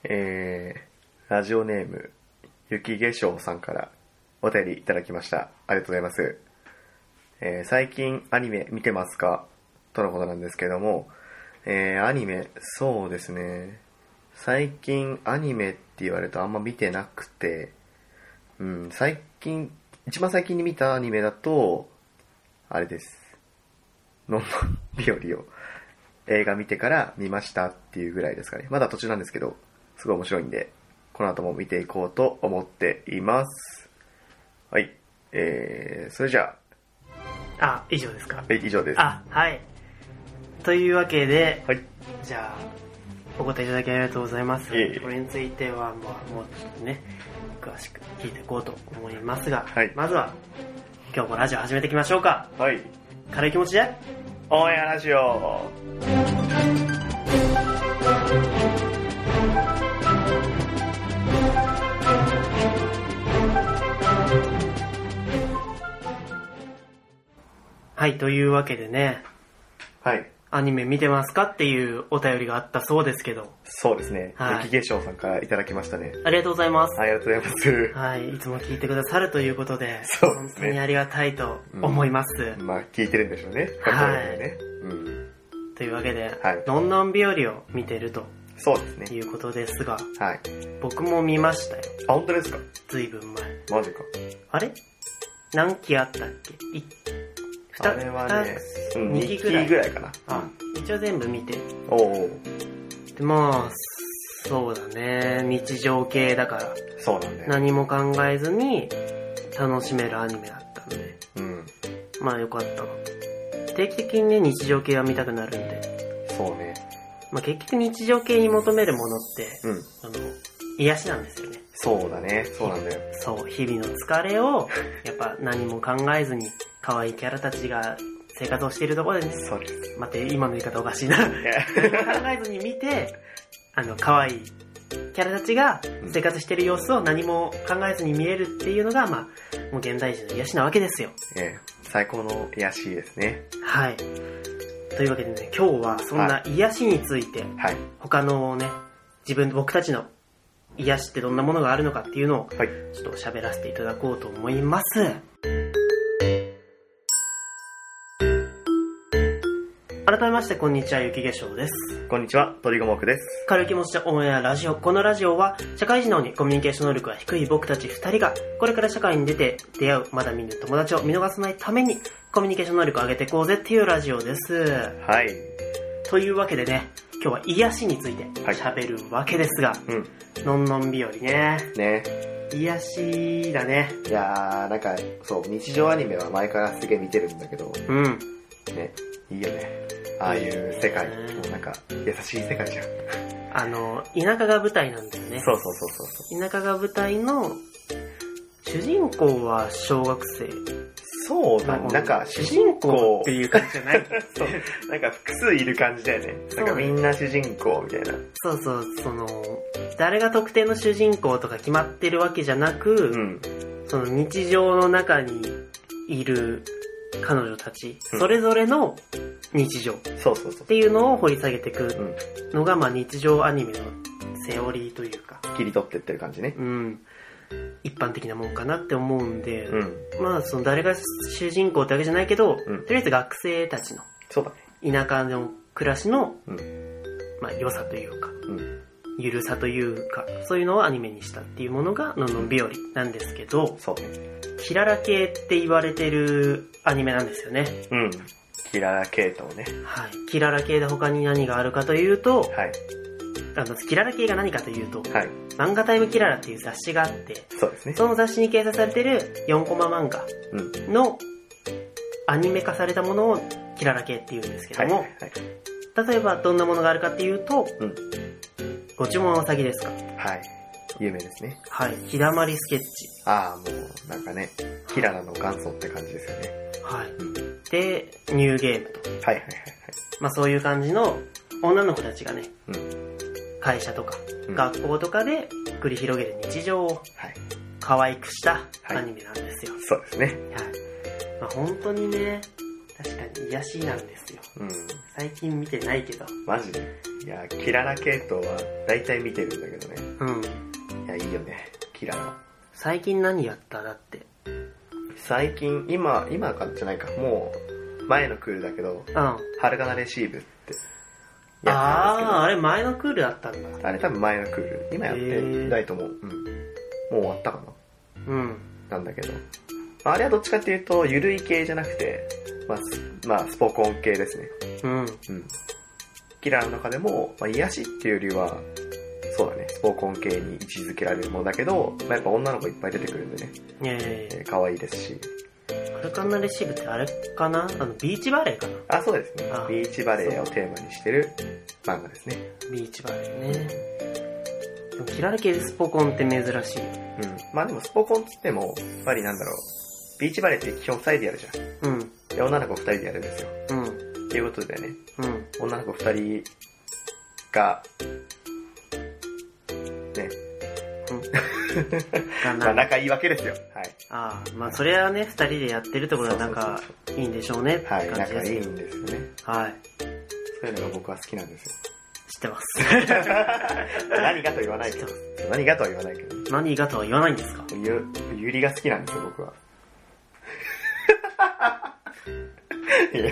ラジオネーム雪化粧さんからお便りいただきました。ありがとうございます。最近アニメ見てますかとのことなんですけども、アニメ、そうですね、最近アニメって言われるとあんま見てなくて、一番最近に見たアニメだとあれです、のんのん日和を映画見てから見ましたっていうぐらいですかね。まだ途中なんですけど、すごい面白いんで、この後も見ていこうと思っています。はい。それじゃあ、以上ですか？ 以上です。 はい。というわけで、 はい。 じゃあ、お答えいただきありがとうございます。これについては、もうちょっとね、詳しく聞いていこうと思いますが、 はい、 まずは、今日もラジオ始めていきましょうか。 はい。 軽い気持ちで、 オンエアラジオ。 はい、というわけでね、 はい。 アニメ見てますかっていうお便りがあったそうですけど。 そうですね。 はい、 雪化粧さんからいただきましたね。 ありがとうございます。 ありがとうございます。 はい、いつも聞いてくださるということで、 そうですね、 本当にありがたいと思います。 まあ、聞いてるんでしょうね。 はい。 ね、 というわけで、 はい、 のんのん日和を見てると。 そうですね。 いうことですが、 はい。 僕も見ましたよ。 あ、本当ですか？ ずいぶん前。 マジか。 あれ？何期あったっけ？ あれはね、 2期ぐらいかな。 一応全部見て。 おお。 で、まあ、そうだね。日常系だから。 そうなんだよ。 何も考えずに楽しめるアニメだったんで。まあよかったの。定期的にね、日常系は見たくなるんで。 そうね。 まあ結局日常系に求めるものって、癒しなんですよね。 そうだね。そうなんだよ。 そう、日々の疲れを、やっぱ何も考えずに、可愛いキャラたちが生活をしているところでね。 そうです。 待って、今の言い方おかしいな。考えずに見て、可愛いキャラたちが生活している様子を何も考えずに見れるっていうのが、まあ、もう現代人の癒しなわけですよ。 最高の癒しですね。 はい。というわけでね、今日はそんな癒しについて、 はい、 他のね、僕たちの癒しってどんなものがあるのかっていうのを、ちょっと喋らせていただこうと思います。改めまして、こんにちは、雪化粧です。 こんにちは、鳥五目です。 軽い気持ちでオンエアラジオ。このラジオは、社会人なのにコミュニケーション能力が低い僕たち2人が、これから社会に出て出会う、まだ見ぬ友達を見逃さないために、コミュニケーション能力を上げていこうぜっていうラジオです。 はい。 というわけでね、今日は癒しについて喋るわけですが、のんのん日和ね。癒しだね。 いやー、なんか、そう、日常アニメは前からすげえ見てるんだけど、ね、いいよね。ああいう世界、もうなんか、優しい世界じゃん。 田舎が舞台なんだよね。 そう。 田舎が舞台の、主人公は小学生。 そうだね。なんか、主人公っていう感じじゃないそう。なんか複数いる感じだよね。なんかみんな主人公みたいな。 そう、誰が特定の主人公とか決まってるわけじゃなく、その日常の中にいる彼女たち、それぞれの日常っていうのを掘り下げていくのが、まあ日常アニメのセオリーというか。 切り取ってってる感じね。 一般的なもんかなって思うんで、まあその誰が主人公ってわけじゃないけど、とりあえず学生たちの田舎の暮らしの、まあ良さというか、ゆるさというか、そういうのをアニメにしたっていうものがのんのん日和なんですけど、キララ系って言われてるアニメなんですよね。 キララ系統ね。 はい。キララ系で他に何があるかというと、キララ系が何かというと、漫画タイムキララっていう雑誌があって、その雑誌に掲載されてる4コマ漫画のアニメ化されたものをキララ系っていうんですけども、例えばどんなものがあるかっていうと、ご注文は先ですか？ はい。有名ですね。 はい。ひだまりスケッチ。 ああ、もうなんかね、キララの元祖って感じですよね。 はい。で、ニューゲームと。まあそういう感じの女の子たちがね、会社とか学校とかで繰り広げる日常を可愛くしたアニメなんですよ。 そうですね。はい。 まあ本当にね、確かに癒しなんですよ。最近見てないけど。 マジで？いや、キララ系統は大体見てるんだけどね。 うん。 いや、いいよね、キララ。 最近何やっただって。 最近、今かじゃないか、もう、前のクールだけど、はるかなレシーブってやってたんですけど。 あれ前のクールだったんだ。 あれ多分前のクール。今やってないと思う。もう終わったかな。なんだけど。あれはどっちかっていうと、ゆるい系じゃなくて、まあ、スポコン系ですね。キララの中でも、癒しっていうよりは、そうだね、スポコン系に位置づけられるものだけど、やっぱ女の子いっぱい出てくるんでね。可愛いですし。 はるかなレシーブってあれかな？ビーチバレーかな？ そうですね。ビーチバレーをテーマにしてる漫画ですね。 ビーチバレーね。でもキララ系でスポコンって珍しい。 まあでもスポコンっつっても、やっぱりなんだろう、ビーチバレーって基本2人でやるじゃん。で、女の子2人でやるんですよ。っていうことでね、女の子2人が、ね。まあ仲いいわけですよ。 はい。まあそれはね、2人でやってるってことは仲いいんでしょうね。 はい、仲いいんですよね。 はい。 そういうのが僕は好きなんですよ。 知ってます。 何がと言わないけど。何がとは言わないけど。 何がとは言わないんですか？ ゆりが好きなんですよ、僕は。はい、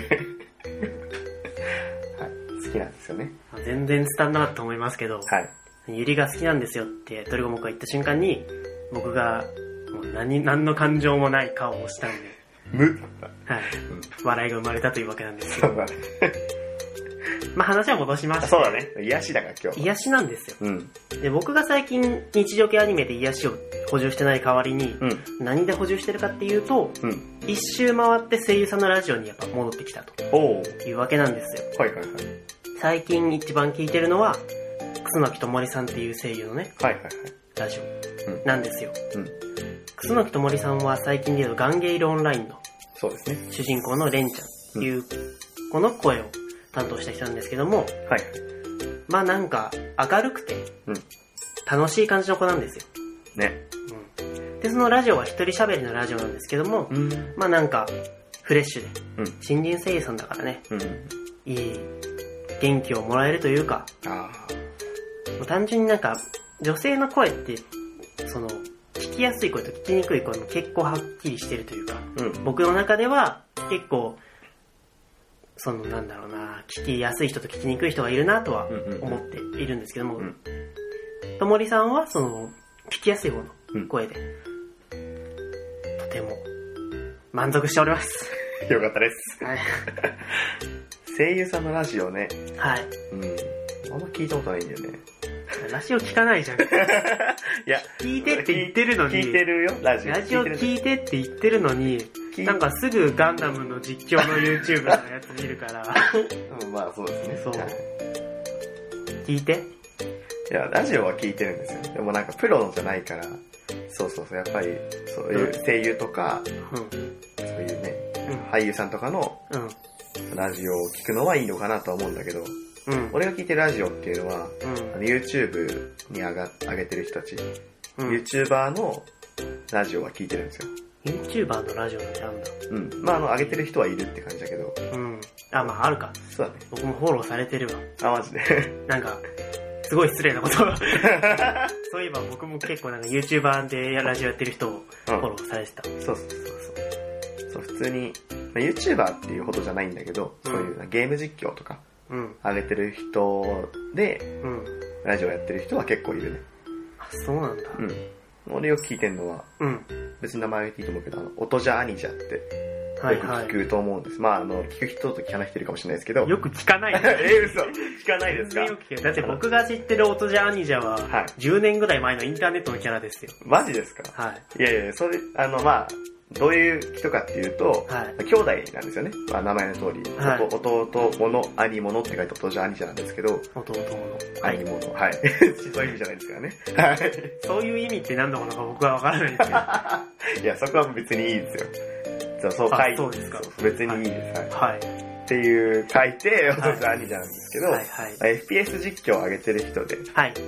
好きなんですよね。 全然伝わんなかったと思いますけど、ゆりが好きなんですよって鳥籠が言った瞬間に、僕がもう何の感情もない顔をしたんで、笑いが生まれたというわけなんですよ。まあ話は戻しまして。 そうだね。癒しだから今日。 癒しなんですよ。で、僕が最近日常系アニメで癒しを補充してない代わりに、何で補充してるかっていうと、一周回って声優さんのラジオにやっぱ戻ってきたというわけなんですよ。最近一番聞いてるのは、楠木智さんっていう声優のね、ラジオなんですよ。楠木智さんは最近で言うとガンゲイルオンラインの主人公のレンちゃんっていう子の声を担当した人なんですけども、まあなんか明るくて楽しい感じの子なんですよ。で、そのラジオは一人喋りのラジオなんですけども、まあなんかフレッシュで、新人声優さんだからね、いい元気をもらえるというか、単純になんか女性の声ってその聞きやすい声と聞きにくい声も結構はっきりしてるというか、僕の中では結構そのなんだろうな、聞きやすい人と聞きにくい人がいるなとは思っているんですけども、ともりさんはその聞きやすい方の声で、とても満足しております。 よかったです。声優さんのラジオね。あんま聞いたことないんだよね。 ラジオ聞かないじゃん。いや、聞いてって言ってるのに。 聞いてるよ、ラジオ。 ラジオ聞いてって言ってるのに、なんかすぐガンダムの実況の YouTube のやつ見るから。 まあそうですね。 そう。聞いて？ いや、ラジオは聞いてるんですよ。でもなんかプロのじゃないから、そう、やっぱりそういう声優とか、そういうね、俳優さんとかのラジオを聞くのはいいのかなとは思うんだけど、俺が聞いてるラジオっていうのは、YouTube に上げてる人たち、YouTuber のラジオは聞いてるんですよ。 YouTuber のラジオってあるんだ。 まあ上げてる人はいるって感じだけど。 まああるか。 そうだね。 僕もフォローされてるわ。 マジで。 なんか、すごい失礼なことそういえば僕も結構なんか YouTuber でラジオやってる人をフォローされてた。 そう、普通に、YouTuber っていうほどじゃないんだけど、そういうゲーム実況とか、上げてる人で、ラジオやってる人は結構いるね。 そうなんだ。 俺よく聞いてるのは、別に名前あげていいと思うけど、音じゃアニじゃって、よく聞くと思うんです。まあ聞く人と聞かない人いるかもしれないですけど。 よく聞かない嘘。聞かないですか？ だって僕が知ってる音じゃアニじゃは、10年ぐらい前のインターネットのキャラですよ。 マジですか？いや、それ、どういう人かっていうと、兄弟なんですよね。名前の通り。弟物、兄物って書いて音じゃ兄じゃなんですけど。 弟物。 兄物。そういう意味じゃないですからね。 そういう意味って何のことか僕はわからないんですけど。いや、そこは別にいいですよ。そう書いて。 そうですか。 別にいいです。っていう書いて、音じゃ兄じゃなんですけど、FPS 実況を上げてる人で、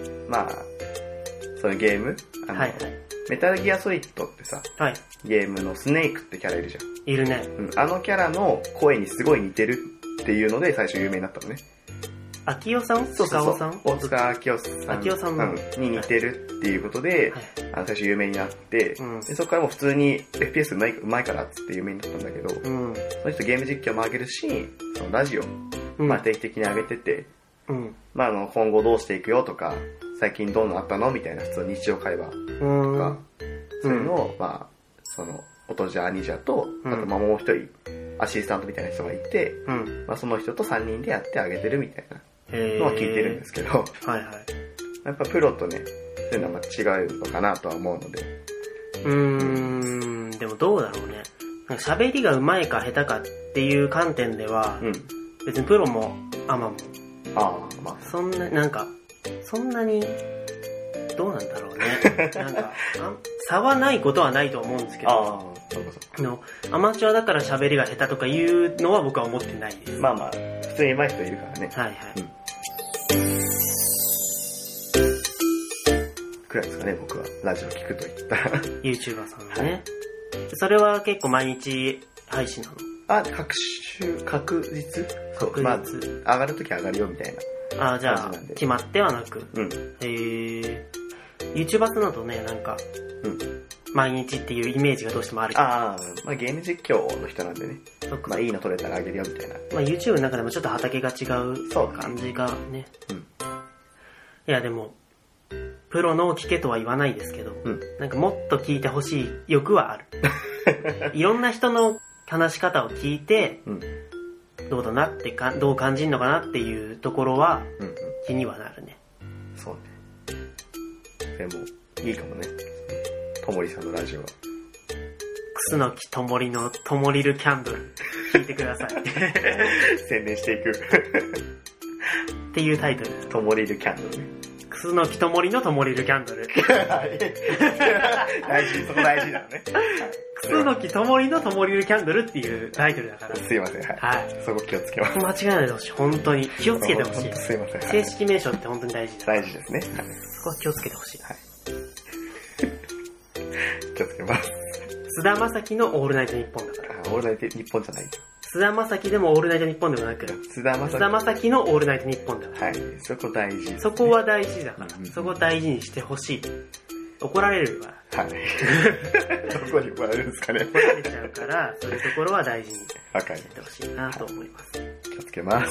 そういうゲームメタルギアソリッドってさ、ゲームのスネークってキャラいるじゃん。 いるね。 あのキャラの声にすごい似てるっていうので最初有名になったのね。 秋代さん？ そうそうそう。 さん？ 大塚秋代さんに似てるっていうことで、最初有名になって、でそこからもう普通に FPS うまいからっつって有名になったんだけど、その人ゲーム実況も上げるし、そのラジオ、定期的に上げてて、今後どうしていくよとか、最近どうなったのみたいな普通日常会話とか、そういうのを、その、音じゃ兄者と、あともう一人、アシスタントみたいな人がいて、その人と3人でやってあげてるみたいなのは聞いてるんですけど、やっぱプロとね、そういうのは違うのかなとは思うので。 でもどうだろうね。喋りが上手いか下手かっていう観点では、別にプロもアマも、そんなに、どうなんだろうね。差はないことはないと思うんですけど、アマチュアだから喋りが下手とかいうのは僕は思ってないです。 普通に上手い人いるからね。くらいですかね、僕は。ラジオ聞くと言ったら。 YouTuber さんのね。それは結構毎日配信なの？ 確実そう。上がるとき上がるよみたいな。 じゃあ、決まってはなく。YouTuber さんだとね、毎日っていうイメージがどうしてもあるけど。 ゲーム実況の人なんでね。いいの撮れたらあげるよみたいな。 YouTube の中でもちょっと畑が違う感じがね。いやでも、プロの聞けとは言わないですけど、もっと聞いてほしい欲はある。いろんな人の話し方を聞いて、どう感じるのかなっていうところは気にはなるね。 そうね。でも、いいかもね。ともりさんのラジオは。 楠木ともりのともりるキャンドル聞いてください。 宣伝していく。 っていうタイトルです。 ともりるキャンドルね。 楠木ともりのともりるキャンドル。 そこ大事なのね。 楠木ともりのともりるキャンドルっていうタイトルだから。 すいません。そこ気をつけます。 間違えないでほしい。本当に。気をつけてほしい。 すいません。 正式名称って本当に大事だ。 大事ですね。 そこは気をつけてほしい。 気をつけます。 菅田将暉のオールナイトニッポンだから。 オールナイトニッポンじゃないよ。 菅田将暉でもオールナイトニッポンでもなく、菅田将暉のオールナイトニッポンだから。 そこ大事。 そこは大事だから。そこ大事にしてほしい。怒られるから。どこに怒られるんですかね。怒られちゃうから、そういうところは大事にしてほしいなと思います。 気をつけます。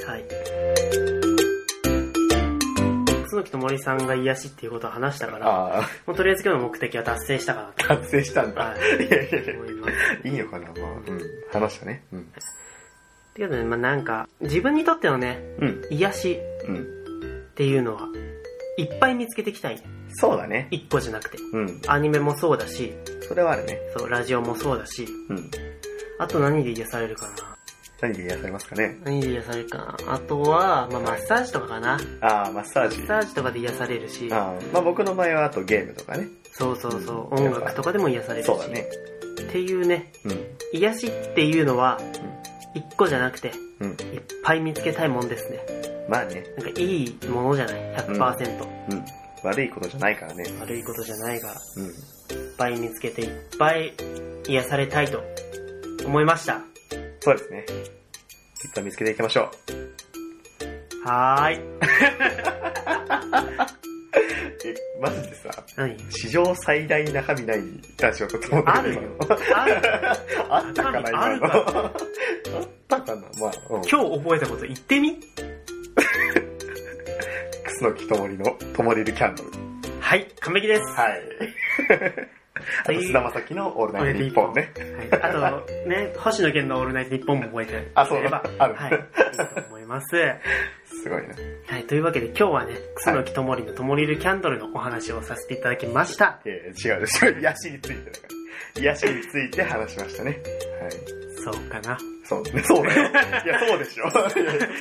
楠木ともりさんが癒しっていうことを話したから、とりあえず今日の目的は達成したかなと。 達成したんだ。 思います。 いいのかな、話したね。 っていうことで、自分にとってのね、癒しっていうのは、いっぱい見つけていきたいね。 そうだね。 一個じゃなくて。アニメもそうだし、 それはあるね。 そう、ラジオもそうだし、あと何で癒されるかな。 何で癒されますかね。 何で癒されるかな。あとは、マッサージとかかな。 マッサージ。 マッサージとかで癒されるし。 僕の場合はあとゲームとかね。 そう。音楽とかでも癒されるし。 そうだね。 っていうね、癒しっていうのは、一個じゃなくて、いっぱい見つけたいもんですね。いいものじゃない、100%。 悪いことじゃないからね。 悪いことじゃないから、いっぱい見つけていっぱい癒されたいと思いました。 そうですね。いっぱい見つけていきましょう。はーい。 マジでさ、 何？ 史上最大に中身ないラジオだと思ってあるよ。 あったかな、今の。あったかな、今日覚えたこと言ってみ？ 楠木ともりのともりるキャンドル。 はい、完璧です。 あと菅田将暉のオールナイトニッポンね。 あとね、星野源のオールナイトニッポンも覚えてれば。 ある。いいと思います。 すごいな。 というわけで今日はね、楠木ともりのともりるキャンドルのお話をさせていただきました。 違うです。癒しについてだから。癒しについて話しましたね。 そうかな。 そうだよ。いや、そうでしょ。そっか。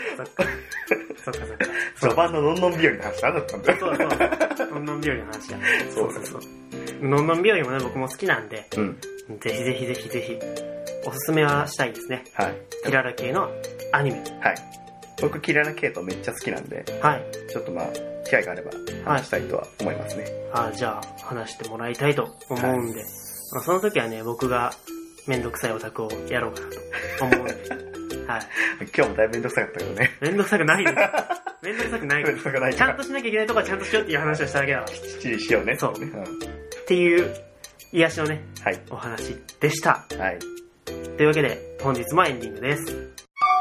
序盤ののんのん日和の話何だったんだよ。 そう。のんのん日和の話や。そう。のんのん日和もね、僕も好きなんで、ぜひ、おすすめはしたいですね。キララ系のアニメ。僕、キララ系とめっちゃ好きなんで、ちょっと機会があれば話したいとは思いますね。じゃあ、話してもらいたいと思うんで、その時はね、僕がめんどくさいオタクをやろうかなと思うんで、今日もだいぶめんどくさかったけどね。めんどくさくないです。 めんどくさくないからちゃんとしなきゃいけないとこはちゃんとしようっていう話をしただけだから。 きっちりしようね。 そう。っていう癒しのね、はい、お話でした。はい。というわけで、本日もエンディングです。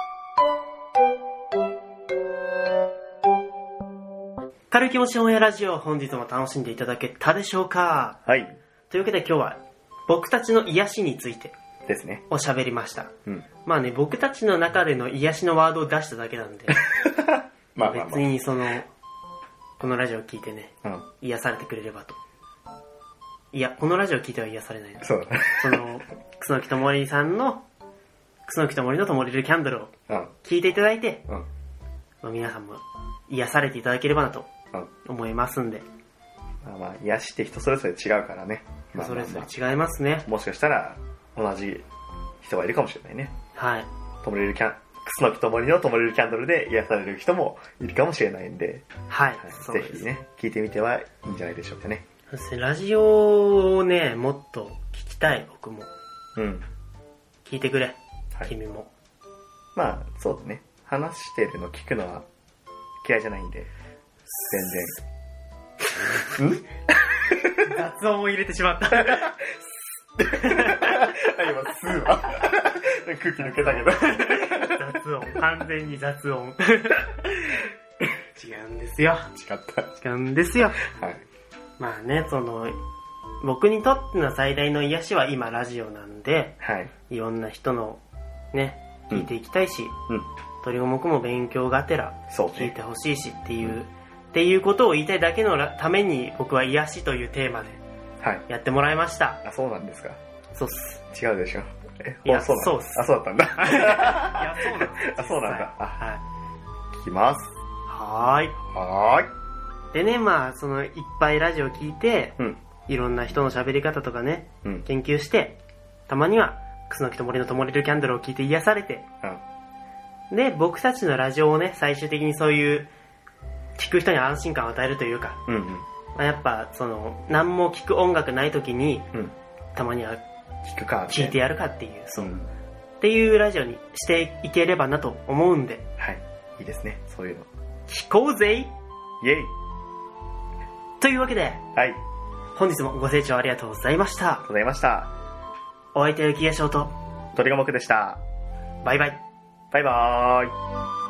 軽い気持ちオンエアラジオ、本日も楽しんでいただけたでしょうか。はい。というわけで今日は、僕たちの癒しについて、ですね。おしゃべりました。うん。まあね、僕たちの中での癒しのワードを出しただけなんで、まあ別にこのラジオを聞いてね、うん、癒されてくれればと。いや、このラジオを聞いては癒されない。そうだね。楠木ともりさんの、楠木ともりのともりるキャンドルを聞いていただいて、うん、まあ、皆さんも癒されていただければなと思いますんで。 まあ癒しって人それぞれ違うからね。 まあ、それぞれ違いますね。 もしかしたら同じ人がいるかもしれないね。はい。楠木ともりのともりるキャンドルで癒される人もいるかもしれないんで、はい。ぜひね、聞いてみてはいいんじゃないでしょうかね。 そしてラジオをね、もっと聞きたい、僕も。うん。聞いてくれ、はい、君も。 まあ、そうだね。話してるの聞くのは嫌いじゃないんで、 全然。雑音を入れてしまった。今、 スーは空気抜けたけど。 雑音、完全に雑音。違うんですよ。違うんですよ。はい。まあね、僕にとっての最大の癒しは今ラジオなんで、はい。いろんな人のね、聞いていきたいし、うん。鳥五目も勉強がてら聞いてほしいしっていうことを言いたいだけのために僕は癒しというテーマでやってもらいました。はい、 あ、そうなんですか。 そうっす。 違うでしょ。 いや、そうっす。 あ、そうだったんだ。いや、そうなんです。 あ、そうなんだ。はい。聞きます。 はーい。でね、まあ、いっぱいラジオ聞いて、うん、いろんな人の喋り方とかね、うん、研究して、たまには、楠木ともりのともりるキャンドルを聞いて癒されて、うん、で、僕たちのラジオをね、最終的にそういう、聞く人に安心感を与えるというか、うんうん、まあ、やっぱ、何も聞く音楽ない時に、うん、たまには、聞いてやるかっていう、そう、うん、っていうラジオにしていければなと思うんで、 はい、いいですね、そういうの。 聞こうぜイェイというわけで、はい。本日もご清聴ありがとうございました。ありがとうございました。 お相手は雪化粧と鳥五目でした。 バイバイ。 バイバーイ。